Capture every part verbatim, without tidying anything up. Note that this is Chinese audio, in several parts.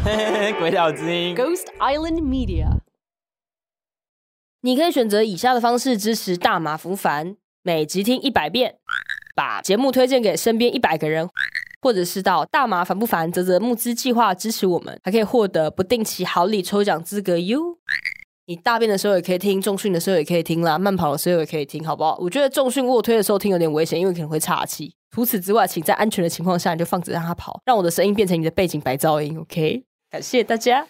鬼岛之音 Ghost Island Media。你可以选择以下的方式支持大麻福凡，每集听一百遍，把节目推荐给身边一百个人，或者是到大麻烦不烦泽泽募资计划支持我们，还可以获得不定期好礼抽奖资格哟。你大便的时候也可以听，重训的时候也可以听啦，慢跑的时候也可以听，好不好？我觉得重训卧推的时候听有点危险，因为可能会岔气。除此之外，请在安全的情况下你就放着让它跑，让我的声音变成你的背景白噪音 OK。 感谢大家。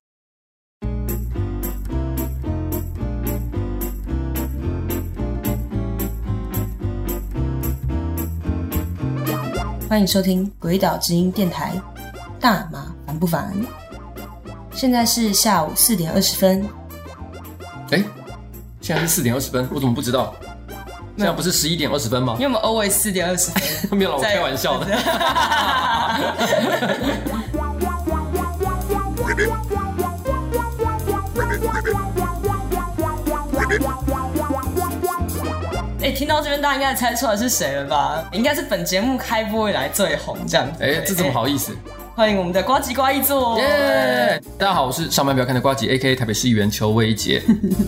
欢迎收听鬼岛之音电台，大麻烦不烦？现在是下午四点二十分。 哎，现在是四点二十分，我怎么不知道？现在不是十一点二十分吗？ 因为我们 always 四点二十分。 没有啦，我开玩笑的。 哎、欸，听到这边大家应该猜出来是谁了吧？应该是本节目开播以来最红这样子。 哎、欸，这怎么好意思？ 欢迎我们的呱吉呱一座。 耶、yeah! 大家好，我是上班不要看的呱吉 A K A 台北市议员邱威杰。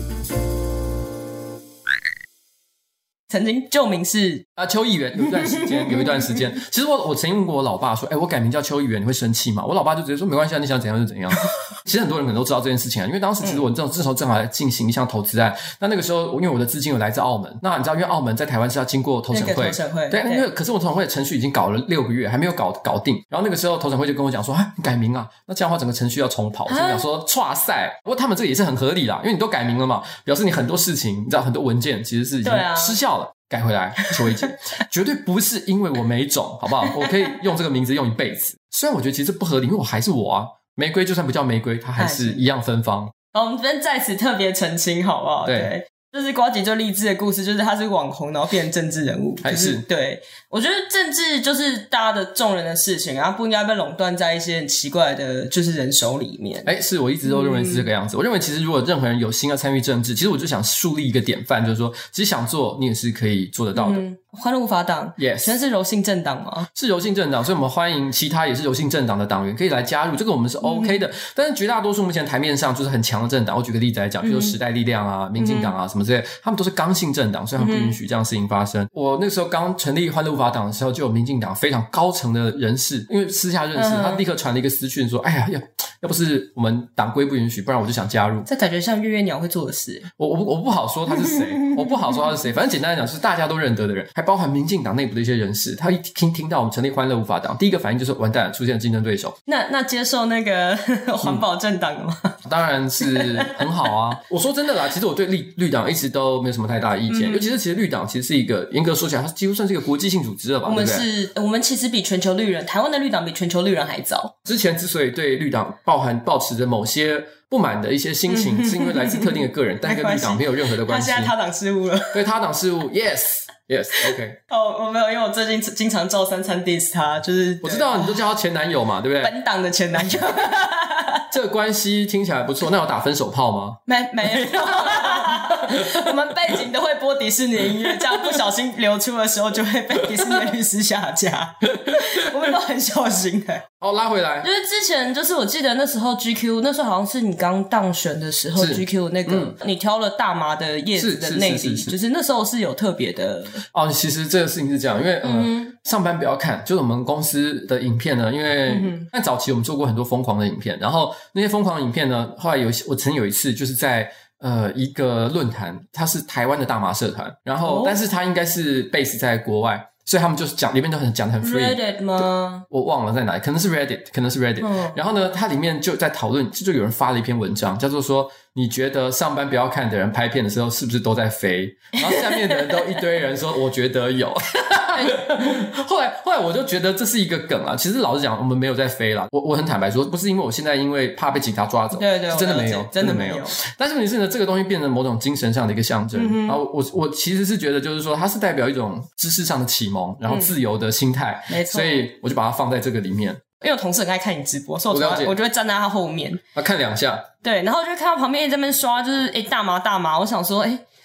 曾经旧名是啊，邱议员，有一段时间，有一段时间，其实我我曾经问过我老爸说，哎、欸，我改名叫邱议员，你会生气吗？我老爸就直接说没关系啊，你想怎样就怎样。其实很多人可能都知道这件事情啊，因为当时其实我这种这时候正好在进行一项投资案，那那个时候因为我的资金有来自澳门，那你知道因为澳门在台湾是要经过投审会， 那个投审会对，那个可是我投审会的程序已经搞了六个月，还没有搞搞定，然后那个时候投审会就跟我讲说，啊，你改名啊，那这样的话整个程序要重跑，我心想说，唰塞，不过他们这个也是很合理啦，因为你都改名了嘛，表示你很多事情，你知道很多文件其实是已经失效了。改回来，邱威杰，绝对不是因为我没种，好不好？我可以用这个名字用一辈子。虽然我觉得其实这不合理，因为我还是我啊。玫瑰就算不叫玫瑰，它还是一样芬芳。 好，我们这边在此特别澄清，好不好？ 对。 对，就是呱吉最励志的故事，就是他是网红，然后变成政治人物， 还是、 就是、对。我觉得政治就是大家的众人的事情，然后不应该被垄断在一些很奇怪的，就是人手里面。 哎，是我一直都认为是这个样子。嗯、我认为其实如果任何人有心要参与政治，其实我就想树立一个典范，就是说，其实想做你也是可以做得到的。 嗯欢乐无法党 ，yes， 全是柔性政党吗？ 是柔性政党，所以我们欢迎其他也是柔性政党的党员可以来加入，这个我们是 OK 的。嗯、但是绝大多数目前台面上就是很强的政党，我举个例子来讲，比如说时代力量啊、民进党啊、嗯、什么之类的，他们都是刚性政党，所以他们不允许这样的事情发生。嗯、我那时候刚成立欢乐无法党的时候，就有民进党非常高层的人士，因为私下认识，嗯、他立刻传了一个私讯说：“哎呀，要要不是我们党规不允许，不然我就想加入。” 这感觉像月月鸟会做的事。 我我我不好说他是谁，我不好说他是谁，反正简单来讲是大家都认得的人，还包含民进党内部的一些人士，他一听听到我们成立欢乐无法党，第一个反应就是完蛋了，出现了竞争对手。 那那接受那个环保政党的吗？ 嗯？当然是很好啊。我说真的啦，其实我对绿绿党一直都没有什么太大的意见，嗯、尤其是其实绿党其实是一个严格说起来，它几乎算是一个国际性组织了吧？ 我们是， 对不对？ 我们其实比全球绿人，台湾的绿党比全球绿人还早。 之前之所以对绿党包含抱持着某些不满的一些心情，嗯、是因为来自特定的个人，但跟绿党没有任何的关系。 他现在他党事务了， 对他党事务 ，yes。Yes, OK。 哦，我没有，因为我最近经常照三餐 diss 他，就是我知道你都叫他前男友嘛，对不对？ 本党的前男友， 这个关系听起来不错。那有打分手炮吗？ 没没有。我们背景都会播迪士尼音乐，这样不小心流出的时候就会被迪士尼律师下架。我们都很小心的。 哦，拉回来， 就是之前就是我记得那时候 G Q 那时候好像是你刚当选的时候 G Q 那个、嗯、你挑了大麻的叶子的内里，就是那时候是有特别的。 哦，其实这个事情是这样，因为嗯、呃，上班不要看，就是我们公司的影片呢，因为在早期我们做过很多疯狂的影片，然后那些疯狂的影片呢，后来有我曾有一次就是在呃一个论坛，它是台湾的大麻社团，然后、哦、但是它应该是 base 在国外。所以他们就是讲里面都很讲得很 free。 Reddit 吗？ 我忘了在哪里，可能是 Reddit， 可能是 Reddit、嗯、然后呢它里面就在讨论，就有人发了一篇文章叫做说，你觉得上班不要看的人拍片的时候是不是都在飞？然后下面的人都一堆人说我觉得有。后来后来我就觉得这是一个梗啊，其实老实讲我们没有在飞啦，我我很坦白说，不是因为我现在因为怕被警察抓走， 对对， 真的没有， 真的没有。 但是问题是呢，这个东西变成某种精神上的一个象征、嗯、然后我我其实是觉得就是说它是代表一种知识上的启蒙，然后自由的心态、嗯、没错，所以我就把它放在这个里面。 因为我同事很爱看你直播，所以 我, 我, 我就会站在他后面， 他看两下， 对，然后就会看到旁边一直在那边刷，就是诶大麻大麻，我想说诶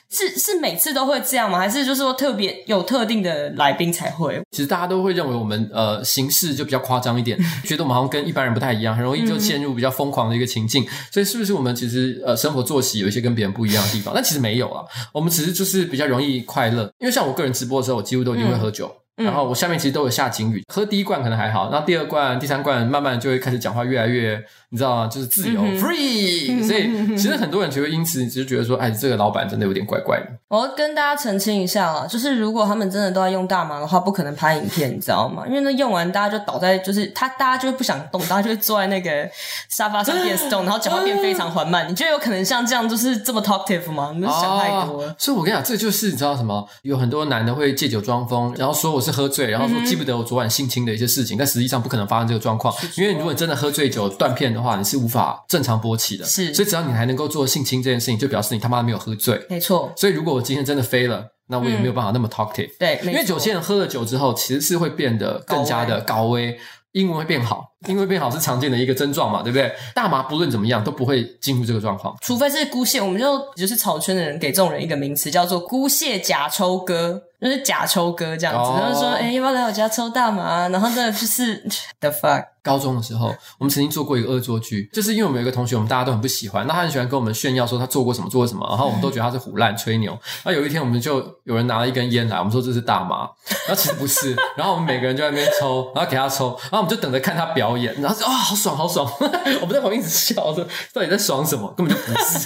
是是每次都会这样吗？还是就是说特别有特定的来宾才会？ 其实大家都会认为我们呃形式就比较夸张一点，觉得我们好像跟一般人不太一样，很容易就陷入比较疯狂的一个情境。嗯、所以是不是我们其实呃生活作息有一些跟别人不一样的地方？但其实没有啊，我们只是就是比较容易快乐。因为像我个人直播的时候，我几乎都一定会喝酒。嗯然后我下面其实都有下警语，喝第一罐可能还好，然后第二罐、第三罐慢慢就会开始讲话，越来越你知道吗？就是自由、嗯、free， 所以其实很多人就会因此只是觉得说，哎，这个老板真的有点怪怪的。 我要跟大家澄清一下啦，就是如果他们真的都在用大麻的话，不可能拍影片，你知道吗？因为那用完大家就倒在，就是他大家就会不想动，大家就会坐在那个沙发上变 stone， 然后讲话变非常缓慢。你觉得有可能像这样就是这么 talkative 吗？你就想太多了、哦。 所以我跟你讲，这就是你知道什么？有很多男的会借酒装疯，然后说我是喝醉，然后说。记不得我昨晚性侵的一些事情，但实际上不可能发生这个状况，因为如果你真的喝醉酒断片的话，你是无法正常勃起的。 是， 所以只要你还能够做性侵这件事情，就表示你他妈没有喝醉。 没错。 所以如果我今天真的飞了，那我也没有办法那么 talkative、嗯。 对， 因为有些人喝了酒之后，其实是会变得更加的高危。英文会变好，英文变好是常见的一个症状嘛，对不对？大麻不论怎么样都不会进入这个状况， 除非是姑蟹，我们就就是草圈的人给这种人一个名词叫做姑蟹假抽哥，就是假抽哥这样子，然后、哦、说哎、欸、要不要来我家抽大麻，然后真的就是 the fuck。 高中的时候我们曾经做过一个恶作剧，就是因为我们有一个同学我们大家都很不喜欢，那他很喜欢跟我们炫耀说他做过什么做过什么，然后我们都觉得他是唬烂吹牛。然后有一天我们就有人拿了一根烟来，我们说这是大麻，然后其实不是，然后我们每个人就在那边抽，然后给他抽，然后我们就等着看他表演，然后就啊、哦、好爽好爽我们在旁边一直笑说到底在爽什么，根本就不是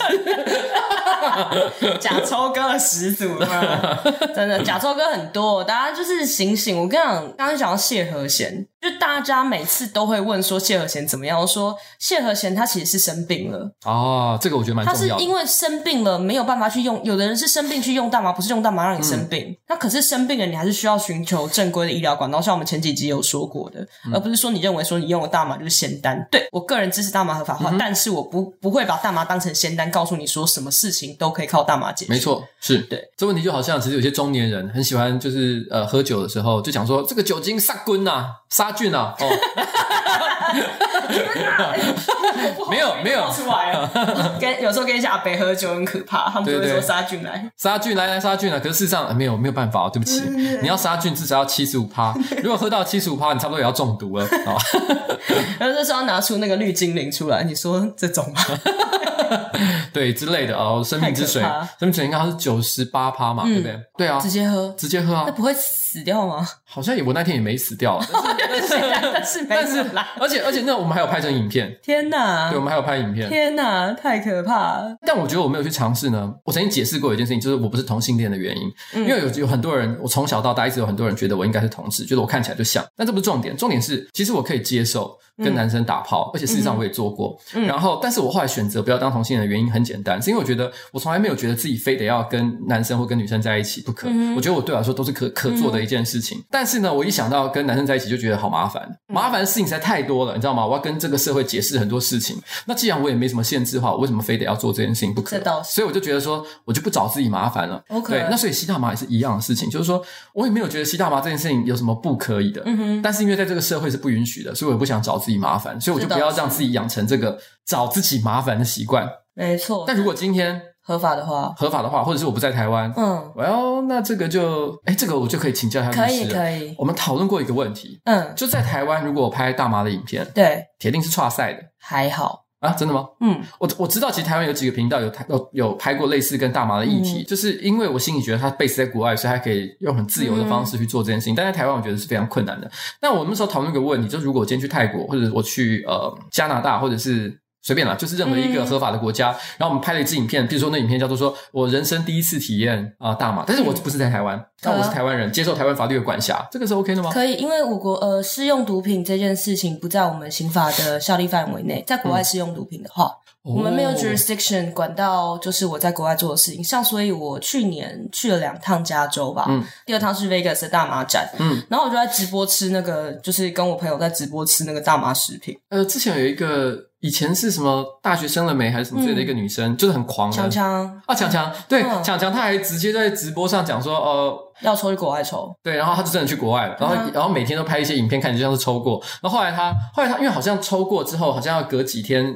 假抽哥的始祖嘛，真的假抽哥很多，大家就是醒醒。我跟你讲，刚刚讲到谢和弦，就大家每次都会问说谢和弦怎么样，我说谢和弦他其实是生病了哦，这个我觉得蛮重要的。 他是因为生病了没有办法去用，有的人是生病去用大麻，不是用大麻让你生病、嗯、那可是生病了你还是需要寻求正规的医疗管道，像我们前几集有说过的、嗯、而不是说你认为说你用了大麻就是仙丹。对，我个人支持大麻合法化、嗯、但是我不不会把大麻当成仙丹，告诉你说什么事情都可以靠大麻解决。 没错，是对。 这问题就好像其实有些中年人很喜欢就是呃喝酒的时候就讲说这个酒精杀菌啊杀菌啊哦没有没有出来了跟有时候跟一些阿伯喝酒很可怕，他们就会说杀菌来杀菌来来杀菌来，可是事实上、呃、没有没有办法、哦、对不起你要杀菌至少要 百分之七十五 如果喝到 百分之七十五 你差不多也要中毒了然后这时候要拿出那个绿精灵出来，你说这种吗对之类的哦，生命之水生命之水应该它是 百分之九十八 嘛、嗯、对不对？对啊， 直接喝直接喝啊， 那不会死掉吗？ 好像也我那天也没死掉但是但是但是而且而且那我们还有拍成影片， 天哪， 对，我们还有拍影片， 天哪，太可怕了。 但我觉得我没有去尝试呢，我曾经解释过一件事情，就是我不是同性恋的原因、嗯、因为有有很多人，我从小到大一直有很多人觉得我应该是同志，觉得我看起来就像，但这不是重点，重点是其实我可以接受跟男生打炮、嗯、而且事实上我也做过、嗯、然后但是我后来选择不要当同性恋的原因很简单，是因为我觉得我从来没有觉得自己非得要跟男生或跟女生在一起不可、嗯、我觉得我对我来说都是可可做的一件事情、嗯、但是呢我一想到跟男生在一起就觉得好麻烦，麻烦的事情实在太多了，你知道吗？我要跟这个社会解释很多事情，那既然我也没什么限制的话，我为什么非得要做这件事情不可？ 这倒是， 所以我就觉得说我就不找自己麻烦了、okay. 对，那所以吸大麻也是一样的事情，就是说我也没有觉得吸大麻这件事情有什么不可以的、嗯、哼，但是因为在这个社会是不允许的，所以我也不想找自己麻烦，所以我就不要让自己养成这个找自己麻烦的习惯。 没错， 但如果今天合法的话合法的话或者是我不在台湾，嗯 well 那这个就诶这个我就可以请教一下律师了。可以可以，我们讨论过一个问题，嗯，就在台湾如果我拍大麻的影片，对，铁定是剉赛的。还好啊，真的吗？嗯，我我知道其实台湾有几个频道有有有拍过类似跟大麻的议题、嗯、就是因为我心里觉得他 base 在国外，所以他可以用很自由的方式去做这件事情、嗯、但在台湾我觉得是非常困难的。那我那时候讨论一个问题，就是如果我今天去泰国或者我去呃加拿大或者是随便啦，就是任何一个合法的国家、嗯、然后我们拍了一支影片，比如说那影片叫做说我人生第一次体验啊、呃、大麻，但是我不是在台湾、嗯、但我是台湾人、啊、接受台湾法律的管辖，这个是 OK 的吗？可以，因为我国呃施用毒品这件事情不在我们刑法的效力范围内，在国外施用毒品的话、嗯、我们没有 jurisdiction 管到就是我在国外做的事情，像所以我去年去了两趟加州吧、嗯、第二趟是 Vegas 的大麻展，嗯，然后我就在直播吃那个，就是跟我朋友在直播吃那个大麻食品。呃之前有一个以前是什么大学生了没还是什么之类的一个女生、嗯、就是很狂的强强啊强强对强强、嗯、她还直接在直播上讲说呃要抽去国外抽，对，然后她就真的去国外了，然后、嗯、然后每天都拍一些影片看起来就像是抽过，然后后来她后来她因为好像抽过之后好像要隔几天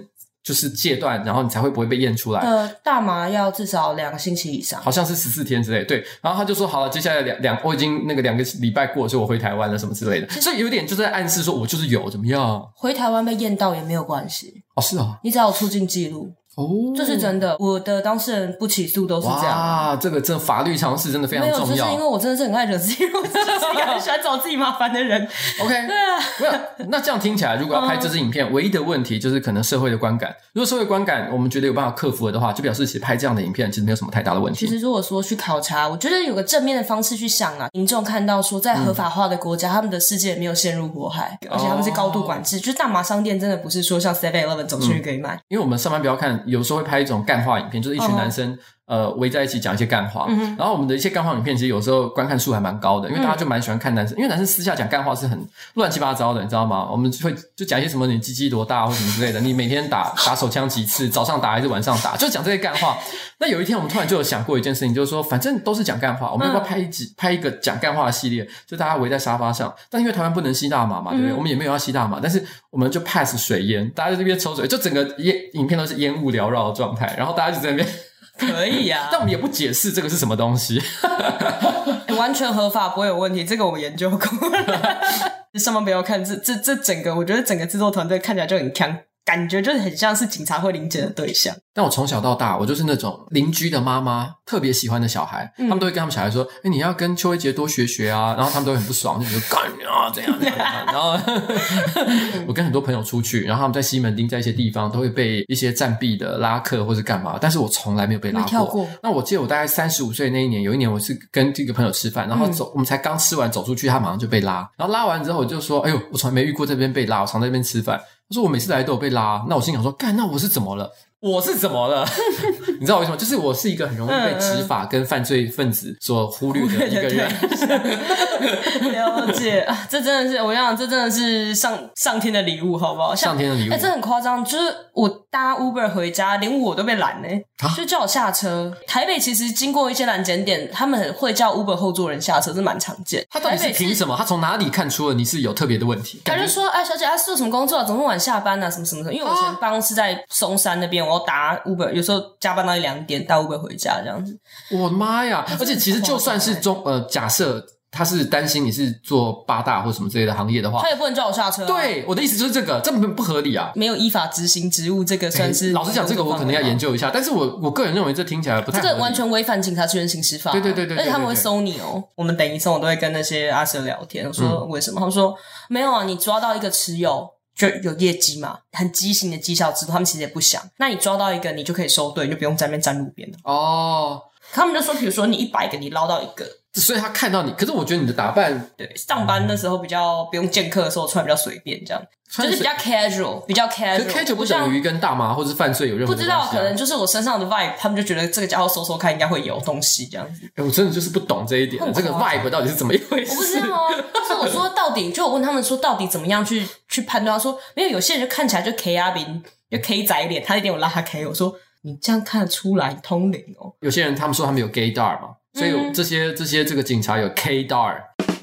就是戒断，然后你才会不会被验出来？ 呃，大麻要至少两个星期以上， 好像是十四天之类。对，然后他就说好了，接下来两两我已经那个两个礼拜过了，所以我回台湾了什么之类的，所以有点就在暗示说我就是有怎么样？ 回台湾被验到也没有关系哦，是啊， 你只要有出境记录。哦，这是真的，我的当事人不起诉都是这样。 哇，这个真法律常识真的非常重要。 没有，就是因为我真的是很爱惹自己，我真的是一个很喜欢找自己麻烦的人。 OK， 对啊，没有。那这样听起来，如果要拍这支影片，嗯、唯一的问题就是可能社会的观感。如果社会观感我们觉得有办法克服了的话，就表示其实拍这样的影片其实没有什么太大的问题。 其实如果说去考察，我觉得有个正面的方式去想啊，民众看到说在合法化的国家，嗯、他们的世界没有陷入火海，而且他们是高度管制，哦、就是大麻商店真的不是说像 seven eleven 走进去可以买。嗯、 因为我们上班不要看，有时候会拍一种干话影片，就是一群男生、uh-huh. 呃围在一起讲一些干话、嗯、然后我们的一些干话影片其实有时候观看数还蛮高的，因为大家就蛮喜欢看男生、嗯、因为男生私下讲干话是很乱七八糟的，你知道吗？我们会就讲一些什么你鸡鸡多大或什么之类的，你每天打打手枪几次，早上打还是晚上打，就讲这些干话。那有一天我们突然就有想过一件事情，就是说反正都是讲干话，我们要不要拍一集、嗯、拍一个讲干话的系列，就大家围在沙发上，但因为台湾不能吸大麻嘛，对不对、嗯、我们也没有要吸大麻，但是我们就 pass 水烟，大家在这边抽水，就整个烟影片都是烟雾缭绕的状态，然后大家就在那边可以啊， 但我们也不解释这个是什么东西完全合法不会有问题，这个我们研究过上班不要看这这这整个，我觉得整个制作团队看起来就很强，感觉就是很像是警察会临检的对象。 但我从小到大我就是那种邻居的妈妈特别喜欢的小孩、嗯、他们都会跟他们小孩说诶你要跟邱威杰多学学啊，然后他们都会很不爽，就觉得干啊怎样怎样然后我跟很多朋友出去，然后他们在西门町在一些地方都会被一些占壁的拉客或是干嘛，但是我从来没有被拉过。 过那我记得我大概三十五岁那一年，有一年我是跟这个朋友吃饭，然后走、嗯、我们才刚吃完走出去，他马上就被拉，然后拉完之后我就说哎呦我从来没遇过这边被拉，我常在这边吃饭，他说我每次来都有被拉，那我心想说干那我是怎么了我是怎么了你知道为什么？就是我是一个很容易被执法跟犯罪分子所忽略的一个人了解啊，这真的是我想这真的是上上天的礼物好不好？ 上天的礼物、欸、 这很夸张，就是我搭 Uber 回家连我都被拦欸、啊、就叫我下车。台北其实经过一些拦检点，他们会叫 Uber 后座人下车，这蛮常见。 他到底是凭什么？他从哪里看出了你是有特别的问题？ 他就说哎小姐他做什么工作啊，怎么晚下班啊什么什么什么，因为我以前办公室在松山那边，我要打 Uber， 有时候加班到一两点搭 Uber 回家这样子。 我的妈呀！而且其实就算是中呃，假设他是担心你是做八大或什么之类的行业的话， 他也不能叫我下车、啊。对， 我的意思就是这个，这不合理啊！ 没有依法执行职务，这个算是、欸、 老实讲，这个我可能要研究一下。但是我我个人认为这听起来不太合理， 这个完全违反警察职员行使法、啊。 对对对 对, 对, 对, 对, 对， 而且他们会搜你哦。我们等一送我都会跟那些阿蛇聊天，我说为什么？嗯、他们说没有啊，你抓到一个持有。就有业绩嘛，很畸形的绩效制度，他们其实也不想。那你抓到一个，你就可以收队，你就不用在那边站路边了。哦，他们就说，比如说你一百个，你捞到一个， 所以他看到你。可是我觉得你的打扮， 对，上班的时候比较不用见客的时候穿比较随便，这样就是比较 casual， 比较 casual。 可 casual 不等于跟大麻或是犯罪有任何的关系、啊、 不知道，可能就是我身上的 vibe， 他们就觉得这个家伙搜搜看应该会有东西这样子。 欸、我真的就是不懂这一点，这个 vibe 到底是怎么一回事？ 我不知道啊。就是我说到底，就我问他们说到底怎么样去去判断？他说没有，有些人就看起来就 K 阿宾，就 K 仔脸，他一定有拉 K。我说你这样看得出来通灵哦。 有些人他们说他们有 gaydar 嘛，所以有这些、嗯、这些这个警察有 K-dar。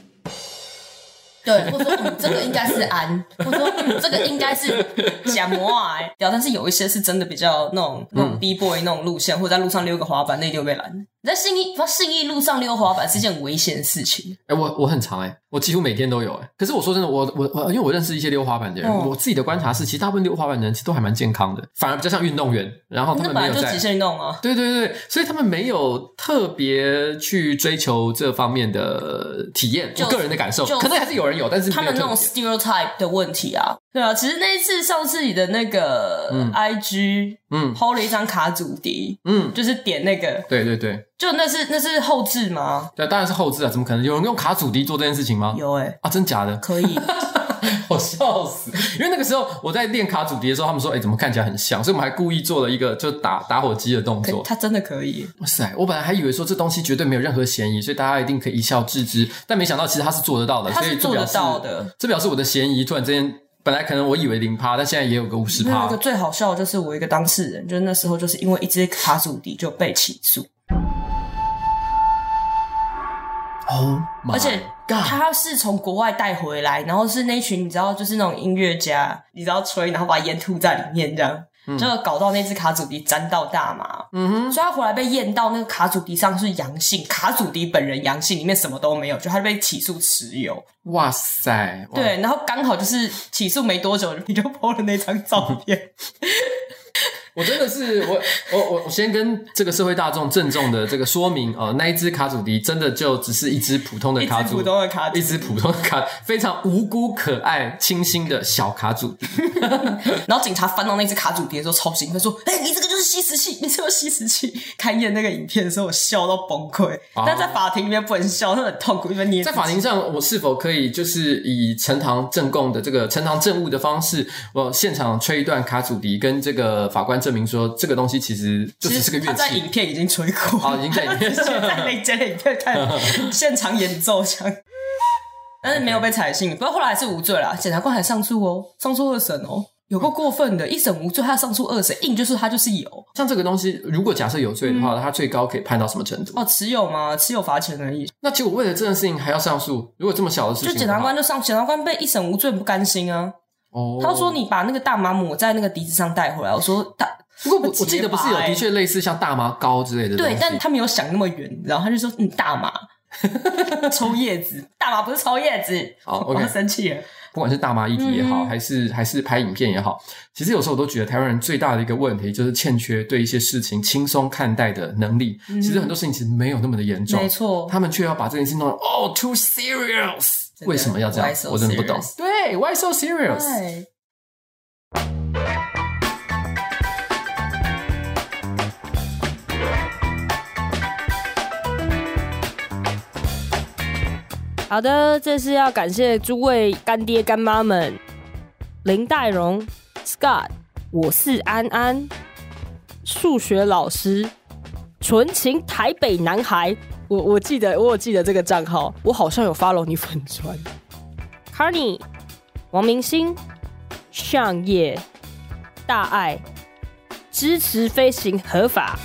对，或者说嗯，这个应该是安，或者说嗯，这个应该是假模啊，哎，但是有一些是真的比较那种那种 B boy 那种路线，或者在路上溜个滑板，那一定会被拦。你在信义信义路上溜滑板是一件很危险的事情。 哎、欸，我我很常哎、欸，我几乎每天都有哎、欸。可是我说真的，我我我，因为我认识一些溜滑板的人，哦、我自己的观察是，其实大部分溜滑板的人其实都还蛮健康的，反而比较像运动员。然后他们没有在， 那本来就极限运动啊。 对对对，所以他们没有特别去追求这方面的体验。我个人的感受，可能还是有人有，但是没有他们那种 stereotype 的问题啊。对啊，其实那一次上次你的那个 I G 嗯 P O 了一张卡祖笛，嗯，就是点那个， 对对对， 就那是那是后置吗？ 对，当然是后置啊，怎么可能有人用卡祖笛做这件事情吗？ 有诶、欸、 啊，真假的？ 可以。 我笑死，因为那个时候我在练卡祖笛的时候，他们说哎、欸，怎么看起来很像，所以我们还故意做了一个就打打火机的动作。 他真的可以。 哇塞，我本来还以为说这东西绝对没有任何嫌疑，所以大家一定可以一笑置之，但没想到其实他是做得到的。 他是做得到的， 这表示我的嫌疑突然之间本来可能我以为零趴，但现在也有个五十趴。 那个最好笑的就是我一个当事人，就是那时候就是因为一支卡祖笛就被起诉。 Oh my God， 而且他是从国外带回来，然后是那群你知道就是那种音乐家，你知道吹，然后把烟吐在里面这样。 嗯、就搞到那只卡祖笛沾到大麻，嗯哼，所以他回来被验到那个卡祖笛上是阳性，卡祖笛本人阳性，里面什么都没有，就他就被起诉持有。 哇塞，哇对，然后刚好就是起诉没多久，你就 po 了那张照片。 我真的是我我我我先跟这个社会大众郑重的这个说明哦、呃，那一只卡祖笛真的就只是一只普通的卡祖， 一只普通的卡祖， 一只普通的卡，非常无辜、可爱、清新的小卡祖笛。 然后警察翻到那只卡祖笛的时候，超兴奋说：“哎、欸，你这个就是吸食器，你这个吸食器。”看验那个影片的时候，我笑到崩溃。啊、但在法庭里面不能笑，那很痛苦，因为你在法庭上，我是否可以就是以呈堂证供的这个呈堂证物的方式，我现场吹一段卡祖笛，跟这个法官证明说这个东西其实就只是个乐器。 他在影片已经吹过， 好，已经在影片在那间的影片看现场演奏这样，但是没有被采信。不过后来还是无罪啦，检察官还上诉哦，上诉二审哦，有够过分的，一审无罪，他上诉二审，硬就是他就是有。 像这个东西，如果假设有罪的话，嗯、他最高可以判到什么程度？ 哦，持有吗？持有罚钱而已。 那结果为了这件事情还要上诉，如果这么小的事情， 就检察官就上，检察官被一审无罪不甘心啊。哦，他说你把那个大麻抹在那个笛子上带回来，我说大。 不过我记得不是有的确类似像大麻膏之类的东西， 对，但他没有想那么远，然后他就说嗯大麻抽叶子，大麻不是抽叶子， 好 ，OK， 我要生气了。 不管是大麻议题也好，嗯、还是还是拍影片也好，其实有时候我都觉得台湾人最大的一个问题就是欠缺对一些事情轻松看待的能力。嗯、其实很多事情其实没有那么的严重， 没错， 他们却要把这件事情弄得哦 too serious， 为什么要这样？ so、 我真的不懂。对 ，why so serious？ 好的，这是要感谢诸位干爹干妈们，林黛荣 Scott， 我是安安，数学老师，纯情台北男孩，我我记得我有记得这个账号，我好像有 follow 你粉专 ，Carney， 王明星，上叶，大爱，支持飞行合法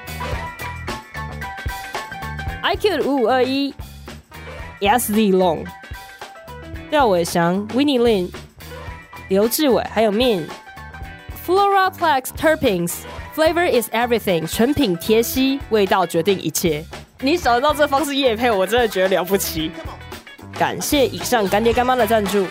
，I Q 五五二一。S Z Long、廖伟翔、Winnie Lin、刘志伟，还有 Min、Floraplex Terpenes、Flavor is everything， 纯品贴息，味道决定一切。你找得到这方式业配，我真的觉得了不起。感谢以上干爹干妈的赞助。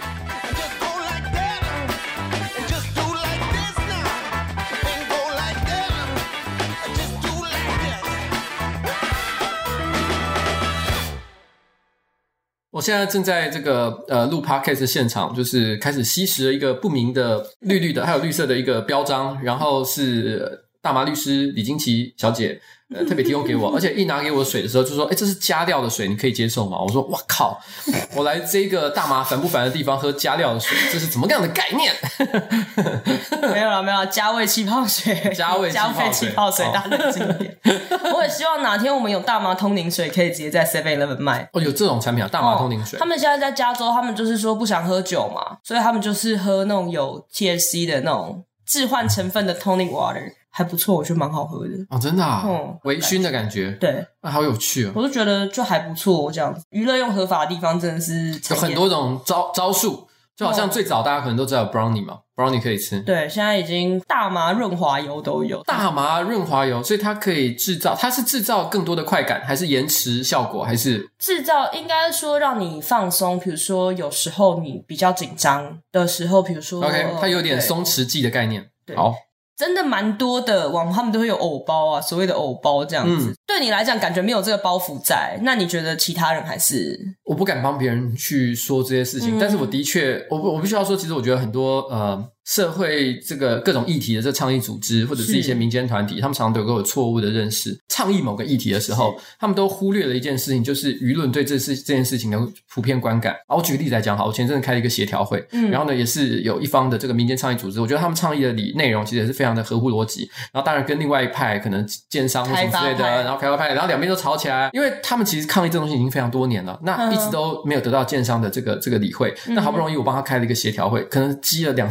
我现在正在这个呃录 podcast 的现场，就是开始吸食了一个不明的绿绿的还有绿色的一个标章，然后是大麻律师李金琪小姐呃特别提供给我，而且一拿给我水的时候就说诶这是加料的水，你可以接受吗？我说哇靠，我来这个大麻烦不烦的地方喝加料的水，这是怎么样的概念？ 没有啦没有啦，加味气泡水， 加味加味气泡水，大家冷静点。我也希望哪天我们有大麻通灵水可以直接在 seven eleven 卖。 哦，有这种产品啊，大麻通灵水、 哦。他们现在在加州，他们就是说不想喝酒嘛，所以他们就是喝那种有 T H C 的那种致幻成分的 tonic water， 还不错，我觉得蛮好喝的。 哦，真的啊，嗯，微醺的感觉。 对， 那好有趣哦。 我就觉得就还不错，这样子娱乐用合法的地方真的是有很多种招招数。就好像最早大家可能都知道有 brownie 嘛 ，brownie 可以吃。 对，现在已经大麻润滑油都有。 大麻润滑油，所以它可以制造，它是制造更多的快感，还是延迟效果，还是制造？应该说让你放松，比如说有时候你比较紧张的时候，比如说 ，OK， 它有点松弛剂的概念。 对， 好。 真的蛮多的网红他们都会有偶包啊，所谓的偶包这样子、嗯、对你来讲感觉没有这个包袱在，那你觉得其他人还是？ 我不敢帮别人去说这些事情、嗯、但是我的确我我必须要说，其实我觉得很多呃社会这个各种议题的这倡议组织或者是一些民间团体，他们常常都有错误的认识，倡议某个议题的时候他们都忽略了一件事情，就是舆论对这事这件事情的普遍观感啊。我举个例子来讲好，我前阵子开了一个协调会、嗯、然后呢也是有一方的这个民间倡议组织，我觉得他们倡议的理内容其实也是非常的合乎逻辑，然后当然跟另外一派可能建商或什么之类的，然后开发派，然后两边都吵起来，因为他们其实抗议这东西已经非常多年了，那一直都没有得到建商的这个这个理会、嗯、那好不容易我帮他开了一个协调会，可能积了两三年，他们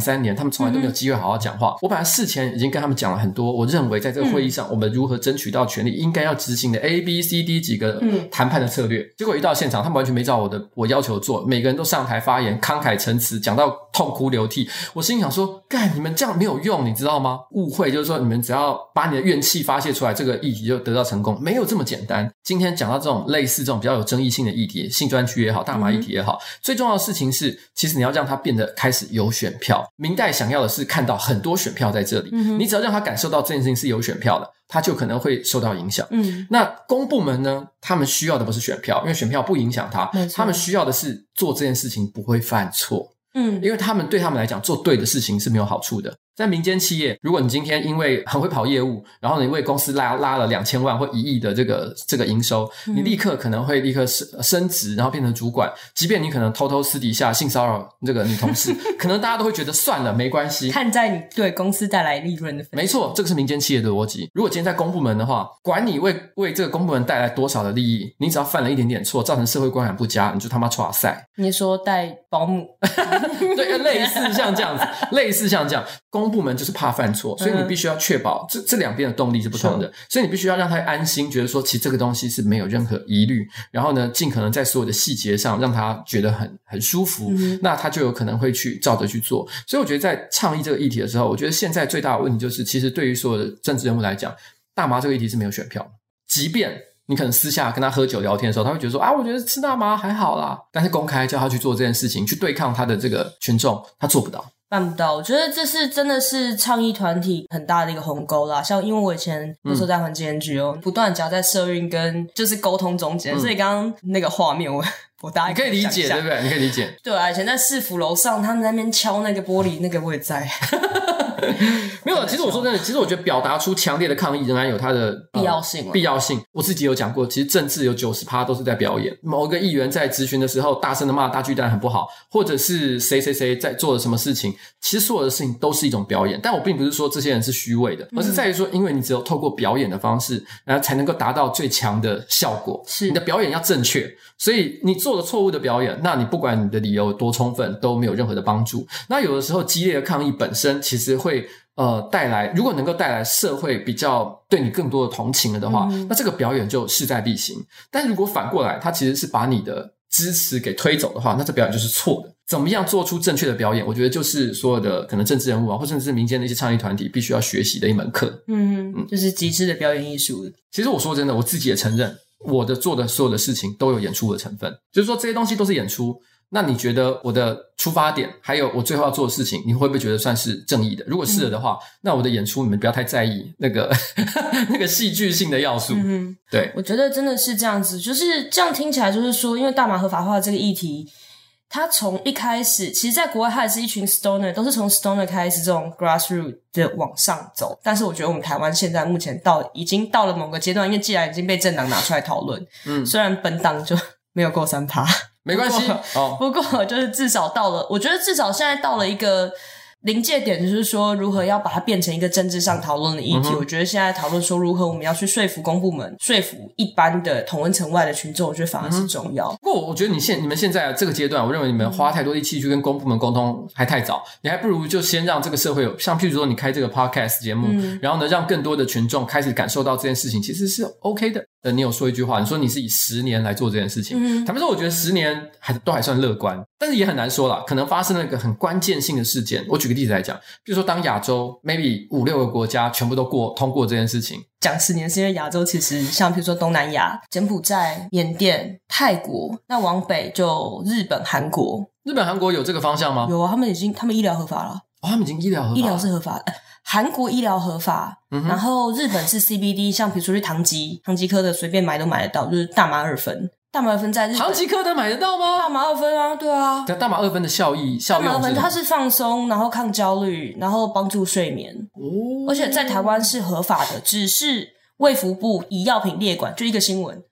们从来都没有机会好好讲话。我本来事前已经跟他们讲了很多，我认为在这个会议上我们如何争取到权利应该要执行的 A B C D 几个谈判的策略，结果一到现场他们完全没照我的我要求做，每个人都上台发言慷慨陈词，讲到痛哭流涕。我心里想说，干，你们这样没有用，你知道吗？误会就是说你们只要把你的怨气发泄出来，这个议题就得到成功，没有这么简单。今天讲到这种类似这种比较有争议性的议题，性专区也好，大麻议题也好、嗯、最重要的事情是其实你要让它变得开始有选票。明代想要的是看到很多选票在这里、嗯、你只要让他感受到这件事情是有选票的，他就可能会受到影响。嗯，那公部门呢，他们需要的不是选票，因为选票不影响他，他们需要的是做这件事情不会犯错。嗯，因为他们对他们来讲做对的事情是没有好处的。在民间企业，如果你今天因为很会跑业务，然后你为公司拉拉了两千万或一亿的这个这个营收，你立刻可能会立刻升职，然后变成主管。即便你可能偷偷私底下性骚扰这个女同事，可能大家都会觉得算了，没关系。 看在你对公司带来利润的分。 没错，这个是民间企业的逻辑。如果今天在公部门的话，管你为为这个公部门带来多少的利益，你只要犯了一点点错，造成社会观感不佳，你就他妈剉赛。 你说带保姆？ 对，类似像这样子，类似像这样，公部门就是怕犯错，所以你必须要确保这这两边的动力是不同的，所以你必须要让他安心，觉得说其实这个东西是没有任何疑虑，然后呢，尽可能在所有的细节上让他觉得很很舒服、嗯、那他就有可能会去照着去做。所以我觉得在倡议这个议题的时候，我觉得现在最大的问题就是其实对于所有的政治人物来讲，大麻这个议题是没有选票的。即便你可能私下跟他喝酒聊天的时候，他会觉得说啊，我觉得吃大麻还好啦，但是公开叫他去做这件事情，去对抗他的这个群众，他做不到。 办不到，我觉得这是真的是倡议团体很大的一个鸿沟啦。像因为我以前那时候在环境 N G O、嗯、不断夹在社运跟就是沟通中间、嗯、所以刚刚那个画面我我大概可以理解，对不对？你可以理解。 对啊，以前在市府楼上他们在那边敲那个玻璃，那个我也在。 没有，其实我说真的，其实我觉得表达出强烈的抗议仍然有它的、呃、 必要性。 必要性，我自己有讲过，其实政治有 百分之九十 都是在表演。某一个议员在质询的时候大声的骂大巨蛋很不好，或者是谁谁谁在做了什么事情，其实所有的事情都是一种表演。但我并不是说这些人是虚伪的，而是在于说，因为你只有透过表演的方式，然后才能够达到最强的效果。是你的表演要正确，所以你做了错误的表演，那你不管你的理由多充分，都没有任何的帮助。那有的时候激烈的抗议本身其实会呃，带来如果能够带来社会比较对你更多的同情了的话、嗯、那这个表演就势在必行。但如果反过来它其实是把你的支持给推走的话，那这表演就是错的。怎么样做出正确的表演，我觉得就是所有的可能政治人物啊，或甚至是民间的一些倡议团体必须要学习的一门课。 嗯嗯，就是极致的表演艺术。 其实我说真的，我自己也承认我的做的所有的事情都有演出的成分，就是说这些东西都是演出。那你觉得我的出发点还有我最后要做的事情，你会不会觉得算是正义的？如果是了的话、嗯、那我的演出你们不要太在意那个那个戏剧性的要素、嗯、对， 我觉得真的是这样子。就是这样听起来就是说，因为大麻合法化这个议题，它从一开始其实在国外它也是一群 stoner， 都是从 stoner 开始这种 grassroots 的往上走。但是我觉得我们台湾现在目前到已经到了某个阶段，因为既然已经被政党拿出来讨论，嗯，虽然本党就没有够 百分之三， 没关系哦。不过就是至少到了，我觉得至少现在到了一个临界点，就是说如何要把它变成一个政治上讨论的议题、嗯、我觉得现在讨论说如何我们要去说服公部门，说服一般的同温层外的群众，我觉得反而是重要、嗯、 不过我觉得你现你们现在这个阶段，我认为你们花太多力气去跟公部门沟通还太早，你还不如就先让这个社会有，像譬如说你开这个 podcast 节目、嗯、然后呢让更多的群众开始感受到这件事情其实是 OK 的。呃，你有说一句话，你说你是以十年来做这件事情，嗯，坦白说我觉得十年还都还算乐观，但是也很难说啦，可能发生了一个很关键性的事件。我举个例子来讲，比如说当亚洲 maybe 五六个国家全部都过通过这件事情， 讲十年是因为亚洲其实像比如说东南亚，柬埔寨、缅甸、泰国，那往北就日本、韩国。 日本、韩国有这个方向吗？ 有啊，他们已经他们医疗合法了。 哦，他们已经医疗合法了， 医疗是合法的。韩国医疗合法、嗯、然后日本是 C B D， 像比如说去唐吉唐吉诃德随便买都买得到，就是大麻二酚。大麻二酚在日本唐吉诃德买得到吗？ 大麻二酚啊，对啊。 大麻二酚的效益效用是什么？大麻二酚它是放松，然后抗焦虑，然后帮助睡眠。哦，而且在台湾是合法的，只是卫福部以药品列管，就一个新闻，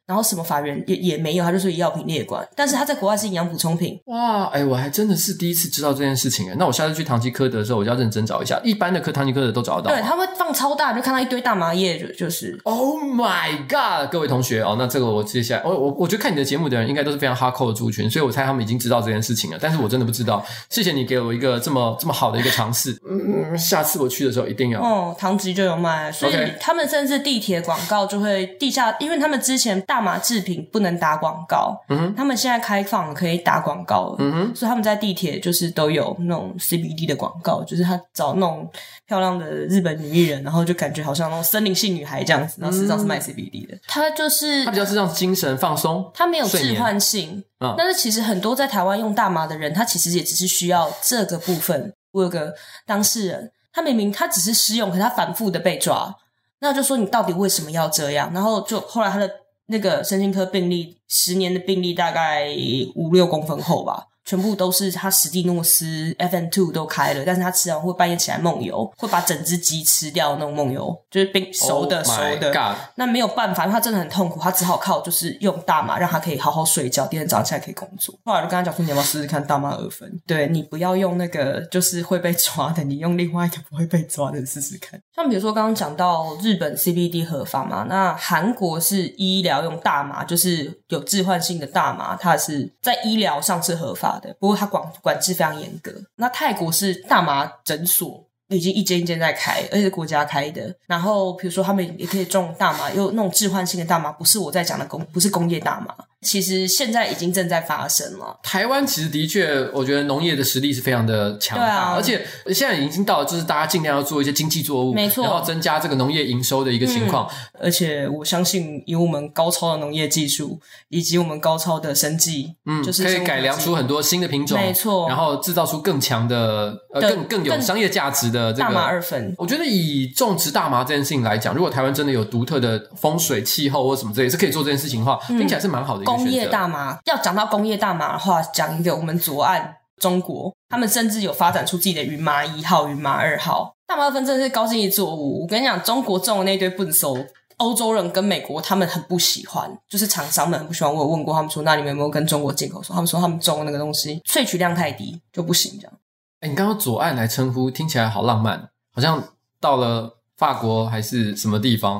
然后什么法源也也没有，他就说以药品列管，但是他在国外是营养补充品。 哇，哎，我还真的是第一次知道这件事情哎。那我下次去唐吉诃德的时候，我就要认真找一下。一般的科唐吉诃德都找得到吗？ 对，他会放超大，就看到一堆大麻叶，就就是。 Oh my god！ 各位同学哦，那这个我接下来，我我我觉得看你的节目的人应该都是非常 hardcore 的族群，所以我猜他们已经知道这件事情了，但是我真的不知道。谢谢你给我一个这么这么好的一个尝试，嗯，下次我去的时候一定要。 哦，唐吉就有卖，所以他们甚至地铁广告就会地下，因为他们之前大麻制品不能打广告，嗯哼，他们现在开放可以打广告了，嗯哼，所以他们在地铁就是都有那种 C B D 的广告，就是他找那种漂亮的日本女艺人，然后就感觉好像那种森林系女孩这样子，然后事实上是卖 C B D 的。他就是他比较是让精神放松， 他没有致幻性，嗯，但是其实很多在台湾用大麻的人，他其实也只是需要这个部分。我有个当事人，他明明他只是施用，可是他反复的被抓，那就说你到底为什么要这样？然后就后来他的那个身心科病历，十年的病历大概五六公分厚吧。全部都是他史蒂诺斯 F N 二 都开了，但是他吃完会半夜起来梦游，会把整只鸡吃掉那种梦游，就是冰熟的、oh、熟的。那没有办法，因为他真的很痛苦，他只好靠就是用大麻让他可以好好睡觉，第二天早上起来可以工作。后来就跟他讲说，你要不要试试看大麻二酚？对，你不要用那个就是会被抓的，你用另外一个不会被抓的试试看。像比如说刚刚讲到日本 C B D 合法嘛，那韩国是医疗用大麻，就是有致幻性的大麻，它是在医疗上是合法的，不过它管管制非常严格。那泰国是大麻诊所已经一间一间在开，而且是国家开的。然后比如说他们也可以种大麻，有那种致幻性的大麻，不是我在讲的工，不是工业大麻。其实现在已经正在发生了。 台湾其实的确，我觉得农业的实力是非常的强大，啊、而且现在已经到了，就是大家尽量要做一些经济作物， 没错， 然后增加这个农业营收的一个情况。 嗯、而且我相信，以我们高超的农业技术，以及我们高超的生技， 嗯， 就是可以改良出很多新的品种， 没错， 然后制造出更强的、呃更更有商业价值的这个大麻二酚。 我觉得以种植大麻这件事情来讲，如果台湾真的有独特的风水、气候或什么之类，是可以做这件事情的话，听起来是蛮好的一个选择。 工业大麻。要讲到工业大麻的话，讲一个我们左岸中国，他们甚至有发展出自己的云麻一号、云麻二号。大麻二酚真的是高经济作物，我跟你讲，中国种的那堆笨手，欧洲人跟美国他们很不喜欢，就是厂商们很不喜欢。我有问过他们说，那你们有没有跟中国进口？说他们说他们种的那个东西萃取量太低，就不行这样。 哎，你刚刚左岸来称呼，听起来好浪漫，好像到了法国还是什么地方。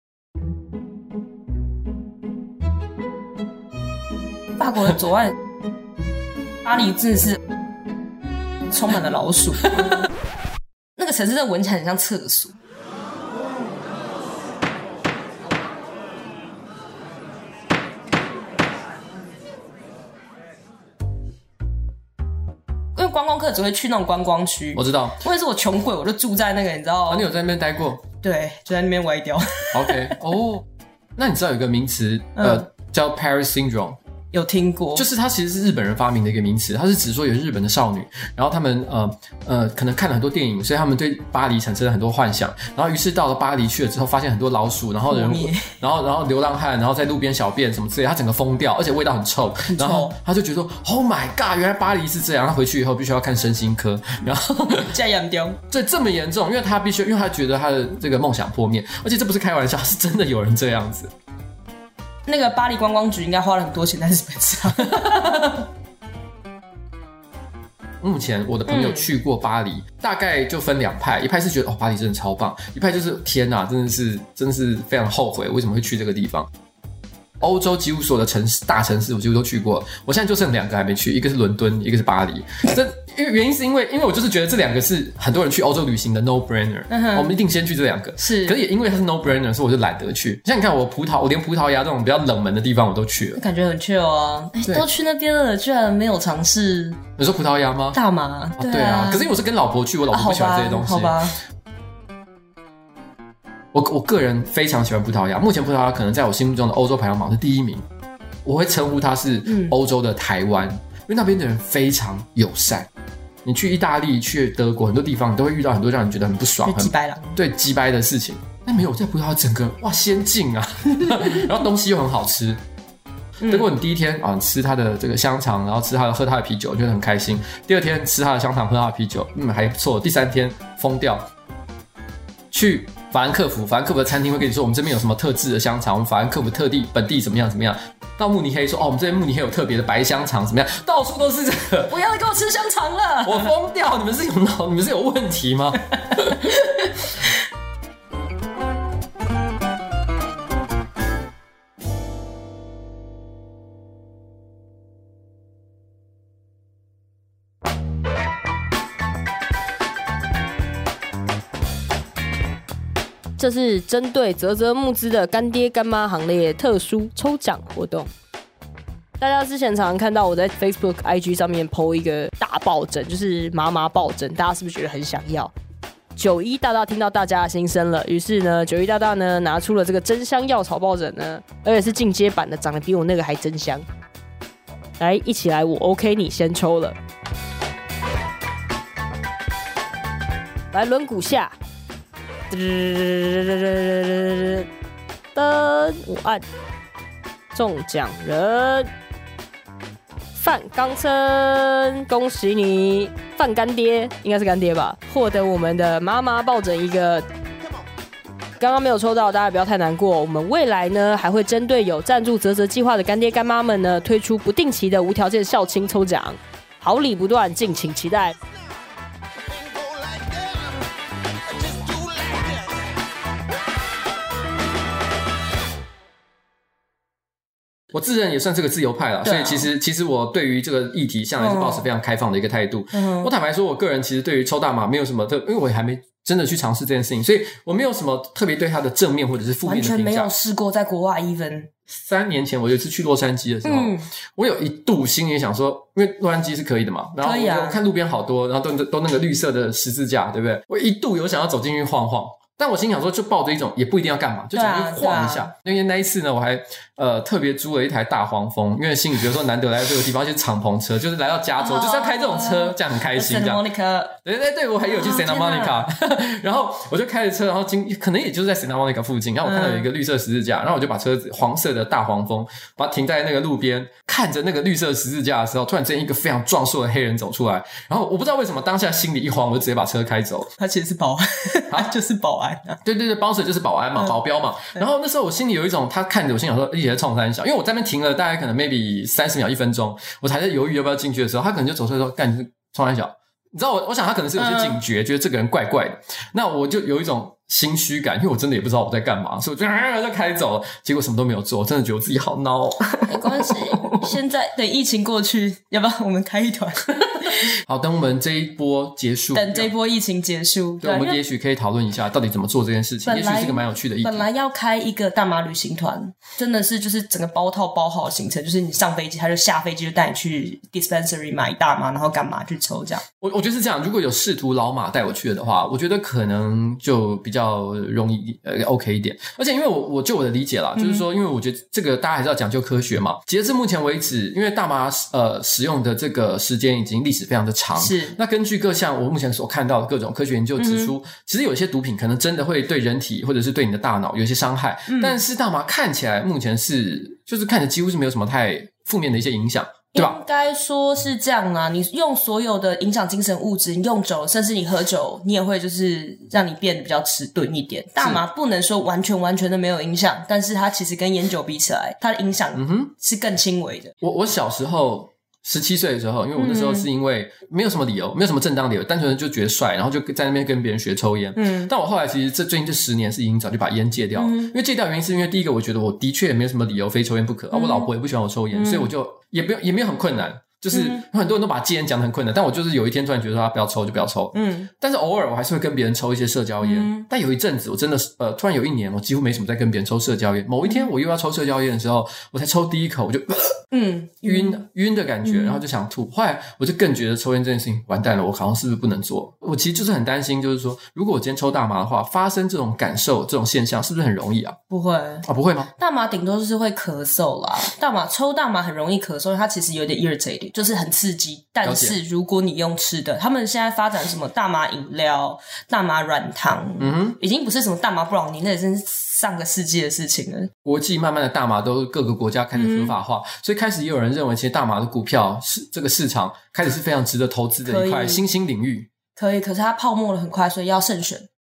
法国的左岸，巴黎真的是充满了老鼠，那个城市真的闻起来很像厕所。因为观光客只会去那种观光区， 我知道。 我也是我穷鬼，我就住在那个，你知道吗？ 啊，你有在那边待过？ 对，就在那边歪掉。 OK， 哦，那你知道有一个名词，呃，嗯、叫 Paris Syndrome。 有听过， 就是它其实是日本人发明的一个名词，它是指说有日本的少女，然后他们呃呃可能看了很多电影，所以他们对巴黎产生了很多幻想，然后于是到了巴黎去了之后，发现很多老鼠，然后人，然后然后流浪汉，然后在路边小便什么之类，他整个疯掉，而且味道很臭， 很臭然后他就觉得说 Oh my God， 原来巴黎是这样，他回去以后必须要看身心科，然后这样丢， 对，这么严重，因为他必须，因为他觉得他的这个梦想破灭，而且这不是开玩笑，是真的有人这样子。 那个巴黎观光局应该花了很多钱在日本上。 目前我的朋友去过巴黎，嗯、大概就分两派，一派是觉得哦巴黎真的超棒，一派就是天哪，真的是真的是非常后悔为什么会去这个地方。欧洲几乎所有的城市大城市我几乎都去过，我现在就剩两个还没去，一个是伦敦，一个是巴黎。这因为原因是因为因为我就是觉得这两个是很多人去欧洲旅行的 no brainer，嗯、我们一定先去这两个。 是， 可是也因为它是 no brainer， 所以我就懒得去。像你看我葡萄，我连葡萄牙这种比较冷门的地方我都去了， 感觉很 chill 啊！都去那边了，居然没有尝试。 你说葡萄牙吗？ 大麻，对 啊, 对啊。可是因为我是跟老婆去，我老婆不喜欢这些东西。 好吧。好吧我我个人非常喜欢葡萄牙，目前葡萄牙可能在我心目中的欧洲排行榜是第一名。我会称呼它是欧洲的台湾，嗯、因为那边的人非常友善。你去意大利、去德国很多地方，你都会遇到很多让你觉得很不爽、很鸡掰了， 对鸡掰的事情。但没有，在葡萄牙整个哇先进啊，然后东西又很好吃。嗯、如果你第一天啊吃它的这个香肠，然后吃它的喝它的啤酒，觉得很开心。第二天吃它的香肠，喝它的啤酒，嗯还不错。第三天疯掉。去法兰克福，法兰克福的餐厅会跟你说我们这边有什么特制的香肠，我们法兰克福特地本地怎么样怎么样。到慕尼黑说哦，我们这边慕尼黑有特别的白香肠怎么样，到处都是这个。 不要再给我吃香肠了， 我疯掉！你们是有脑，你们是有问题吗？ 这是针对嘖嘖募资的干爹干妈行列特殊抽奖活动。大家之前常常看到我在 Facebook、I G 上面 po 一个大抱枕，就是妈妈抱枕，大家是不是觉得很想要？九一大大听到大家的心声了，于是呢，九一大大呢拿出了这个真香药草抱枕呢，而且是进阶版的，长得比我那个还真香。来，一起来，我 OK， 你先抽了。来轮鼓下。噔，我按中奖人范刚琛，恭喜你，范干爹应该是干爹吧，获得我们的妈妈抱枕一个。刚刚没有抽到，大家不要太难过。我们未来呢还会针对有赞助嘖嘖计划的干爹干妈们呢，推出不定期的无条件孝亲抽奖，好礼不断，敬请期待。 我自认也算是个自由派啦，所以其实其实我对于这个议题向来是抱持非常开放的一个态度。嗯、我坦白说，我个人其实对于抽大麻没有什么特，因为我也还没真的去尝试这件事情，所以我没有什么特别对它的正面或者是负面的评价。 完全没有试过，在国外 even。 三年前我有一次去洛杉矶的时候，嗯、我有一度心里想说，因为洛杉矶是可以的嘛，然后我看路边好多，然后都都那个绿色的十字架，对不对？我一度有想要走进去晃晃。但我心想说，就抱着一种也不一定要干嘛，就走进去晃一下。啊啊、因为那一次呢，我还呃特别租了一台大黄蜂，因为心里觉得说难得来到这个地方，就是敞篷车，就是来到加州， oh, 就是要开这种车，这样很开心。这样。Santa Monica， 对对对，我还有去 Santa Monica，、oh, 然后我就开着车，然后经可能也就是在 Santa Monica 附近，然后我看到有一个绿色十字架，嗯、然后我就把车子黄色的大黄蜂把它停在那个路边，看着那个绿色十字架的时候，突然之间一个非常壮硕的黑人走出来，然后我不知道为什么当下心里一慌，我就直接把车开走。 他其实是保安，他就是保安啊。 对对对。bouncer 就是保安嘛，嗯、保镖嘛。然后那时候我心里有一种，他看着我心想说，一起在冲三小，因为我在那边停了大概可能 maybe 三十秒一分钟，我才在犹豫要不要进去的时候，他可能就走出来说，干你是冲三小。你知道我，我想他可能是有些警觉，嗯、觉得这个人怪怪的。那我就有一种心虚感，因为我真的也不知道我在干嘛，所以我就啊就开走了，结果什么都没有做，我真的觉得我自己好孬。 没关系，现在等疫情过去，要不要我们开一团？ 好，等我们这一波结束， 等这一波疫情结束， 对，我们也许可以讨论一下到底怎么做这件事情，也许是个蛮有趣的议题。 本来要开一个大麻旅行团，真的是就是整个包套包好的行程，就是你上飞机，他就下飞机就带你去 dispensary 买大麻，然后干嘛去抽这样。 我我觉得是这样，如果有仕途老马带我去的话，我觉得可能就比较容易呃 OK 一点。而且因为我我就我的理解啦，嗯、就是说，因为我觉得这个大家还是要讲究科学嘛。截至目前为止，因为大麻呃使用的这个时间已经历史非常的长， 是那根据各项我目前所看到的各种科学研究指出，嗯、其实有些毒品可能真的会对人体或者是对你的大脑有一些伤害，嗯、但是大麻看起来目前是就是看着几乎是没有什么太负面的一些影响。对吧？ 应该说是这样啊，你用所有的影响精神物质，你用久了，甚至你喝酒，你也会就是让你变得比较迟钝一点。大麻不能说完全完全的没有影响，但是它其实跟烟酒比起来，它的影响是更轻微的。 嗯、我我小时候十七岁的时候，因为我那时候是因为没有什么理由，没有什么正当理由，单纯的就觉得帅，然后就在那边跟别人学抽烟。嗯，但我后来其实这最近这十年是已经早就把烟戒掉了，嗯、因为戒掉原因是因为第一个，我觉得我的确没有什么理由非抽烟不可，嗯、啊，我老婆也不喜欢我抽烟，嗯、所以我就也不用也没有很困难。就是很多人都把戒烟讲得很困难，但我就是有一天突然觉得说他不要抽就不要抽，嗯，但是偶尔我还是会跟别人抽一些社交烟，嗯、但有一阵子我真的是呃，突然有一年我几乎没什么在跟别人抽社交烟，某一天我又要抽社交烟的时候，我才抽第一口我就嗯晕晕的感觉，然后就想吐，后来我就更觉得抽烟这件事情完蛋了，我好像是不是不能做，我其实就是很担心，就是说如果我今天抽大麻的话，发生这种感受这种现象是不是很容易啊？ 不会啊，不会吗？ 大麻顶多就是会咳嗽啦，大麻抽大麻很容易咳嗽，它其实有点 irritating， 就是很刺激。但是如果你用吃的，他们现在发展什么大麻饮料、大麻软糖，嗯哼，已经不是什么大麻布朗尼，那也是上个世纪的事情了。 国际慢慢的大麻都各个国家开始合法化，嗯、所以开始也有人认为，其实大麻的股票是这个市场开始是非常值得投资的一块新兴领域。 可以，可是它泡沫了很快，所以要慎选。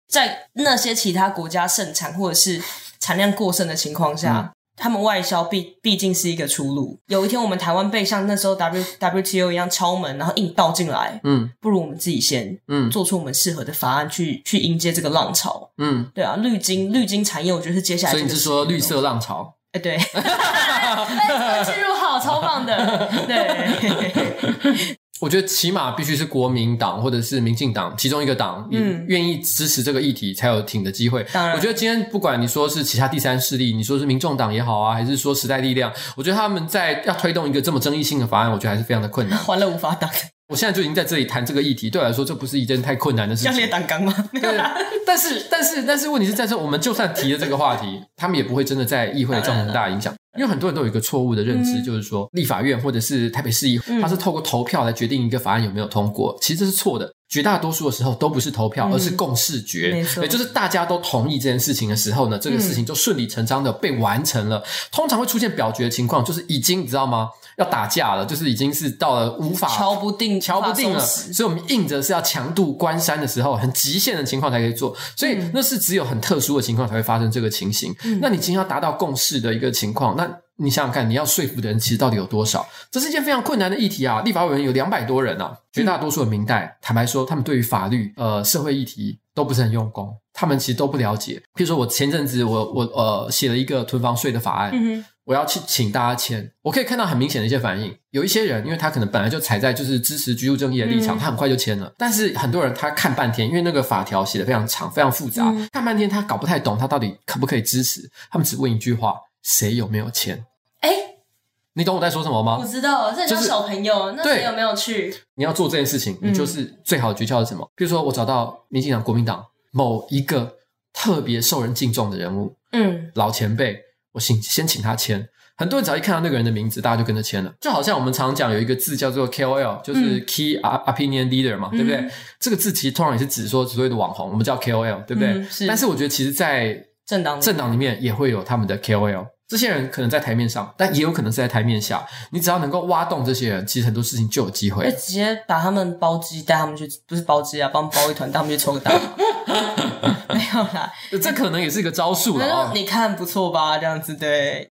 在那些其他国家盛产或者是产量过剩的情况下、嗯、他们外销毕毕竟是一个出路。有一天我们台湾被像那时候 W WTO 一样敲门，然后硬倒进来，嗯，不如我们自己先嗯做出我们适合的法案去去迎接这个浪潮。嗯，对啊，绿金绿金产业我觉得是接下来这个， 所以你是说绿色浪潮？ 哎，对，哎，进入好，超棒的，对。 我觉得起码必须是国民党或者是民进党其中一个党嗯愿意支持这个议题才有挺的机会。 当然， 我觉得今天不管你说是其他第三势力，你说是民众党也好啊，还是说时代力量，我觉得他们在要推动一个这么争议性的法案，我觉得还是非常的困难。 欢乐无法党。 我现在就已经在这里谈这个议题，对我来说这不是一件太困难的事情。 像列党纲吗？ 对，但是但是但是问题是在这，我们就算提了这个话题，他们也不会真的在议会造成很大的影响。因为很多人都有一个错误的认知、嗯、就是说立法院或者是台北市议会、嗯、它是透过投票来决定一个法案有没有通过，其实这是错的。绝大多数的时候都不是投票、嗯、而是共识决，也就是大家都同意这件事情的时候呢，这个事情就顺理成章的被完成了、嗯、通常会出现表决的情况，就是已经你知道吗，要打架了，就是已经是到了无法敲不定敲不定了，所以我们硬着是要强渡关山的时候，很极限的情况才可以做，所以那是只有很特殊的情况才会发生这个情形、嗯、那你今天要达到共识的一个情况，那你想想看，你要说服的人其实到底有多少？这是一件非常困难的议题啊！立法委员有两百多人啊，绝大多数的民代、嗯、坦白说，他们对于法律、呃社会议题都不是很用功，他们其实都不了解。譬如说我前阵子我我呃写了一个囤房税的法案，嗯哼，我要去请大家签，我可以看到很明显的一些反应。有一些人，因为他可能本来就踩在就是支持居住正义的立场、嗯、他很快就签了。但是很多人他看半天，因为那个法条写得非常长非常复杂、嗯、看半天他搞不太懂他到底可不可以支持，他们只问一句话，谁有没有签？ 诶你懂我在说什么吗？ 我知道，这很像小朋友、就是、那谁有没有去？ 你要做这件事情，你就是最好的诀窍是什么？比如说我找到民进党国民党某一个特别受人敬重的人物，嗯，老前辈，我先先请他签。很多人只要一看到那个人的名字，大家就跟着签了。就好像我们常讲有一个字叫做 K O L， 就是 Key Opinion Leader 嘛、嗯、对不对？这个字其实通常也是指说所谓的网红，我们叫 K O L， 对不对、嗯、是。但是我觉得其实在政党政党里面也会有他们的 K O L， 这些人可能在台面上，但也有可能是在台面下。你只要能够挖动这些人，其实很多事情就有机会。 就直接把他们包机带他们去，不是包机啊，帮他们包一团带他们去抽个大麻没有啦， 这可能也是一个招数啦、哦、 你看不错吧，这样子。对，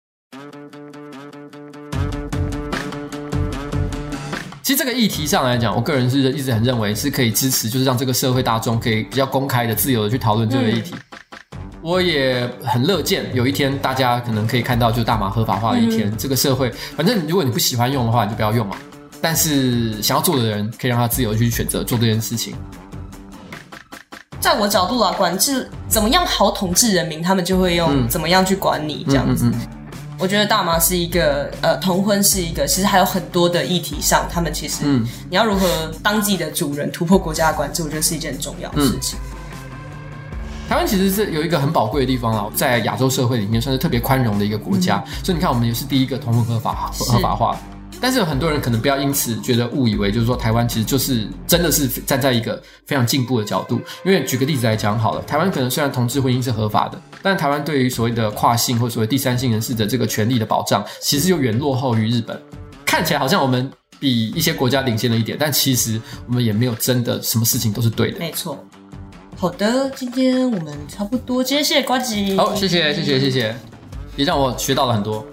其实这个议题上来讲，我个人是一直很认为是可以支持，就是让这个社会大众可以比较公开的自由的去讨论这个议题、嗯、我也很乐见有一天大家可能可以看到就大麻合法化的一天、嗯、这个社会反正如果你不喜欢用的话你就不要用嘛，但是想要做的人可以让他自由去选择做这件事情。 在我角度啊，管制怎么样好统治人民，他们就会用怎么样去管你、嗯、这样子、嗯嗯嗯，我觉得大麻是一个呃，同婚是一个，其实还有很多的议题上，他们其实、嗯、你要如何当自己的主人，突破国家的管制，我觉得是一件很重要的事情、 嗯、台湾其实是有一个很宝贵的地方啦，在亚洲社会里面算是特别宽容的一个国家、嗯、所以你看我们也是第一个同婚合法合法化，但是有很多人可能不要因此觉得误以为就是说台湾其实就是真的是站在一个非常进步的角度。因为举个例子来讲好了，台湾可能虽然同志婚姻是合法的，但台湾对于所谓的跨性或所谓第三性人士的这个权利的保障其实又远落后于日本。看起来好像我们比一些国家领先了一点，但其实我们也没有真的什么事情都是对的。 没错。好的，今天我们差不多，今天谢谢呱吉。 好，谢谢谢谢谢谢，也让我学到了很多。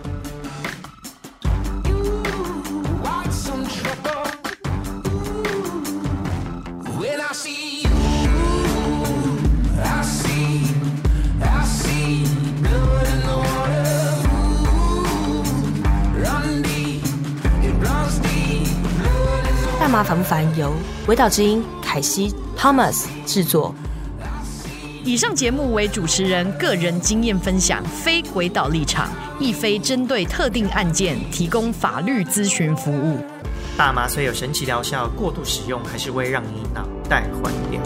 大麻烦不烦由微岛之音、凯西、Thomas 制作。 以上节目为主持人个人经验分享，非鬼岛立场，亦非针对特定案件提供法律咨询服务。 大麻虽有神奇疗效，过度使用还是会让你脑袋坏掉。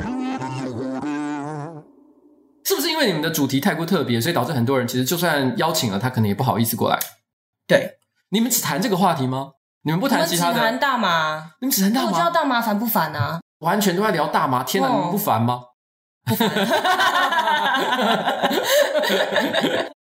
是不是因为你们的主题太过特别，所以导致很多人其实就算邀请了他，可能也不好意思过来？ 对， 你们只谈这个话题吗？你们不谈其他的？ 我们只谈大麻。 你们只谈大麻？ 我知道大麻烦不烦啊？ 完全都在聊大麻。天哪，哦、你们不烦吗？ 不烦。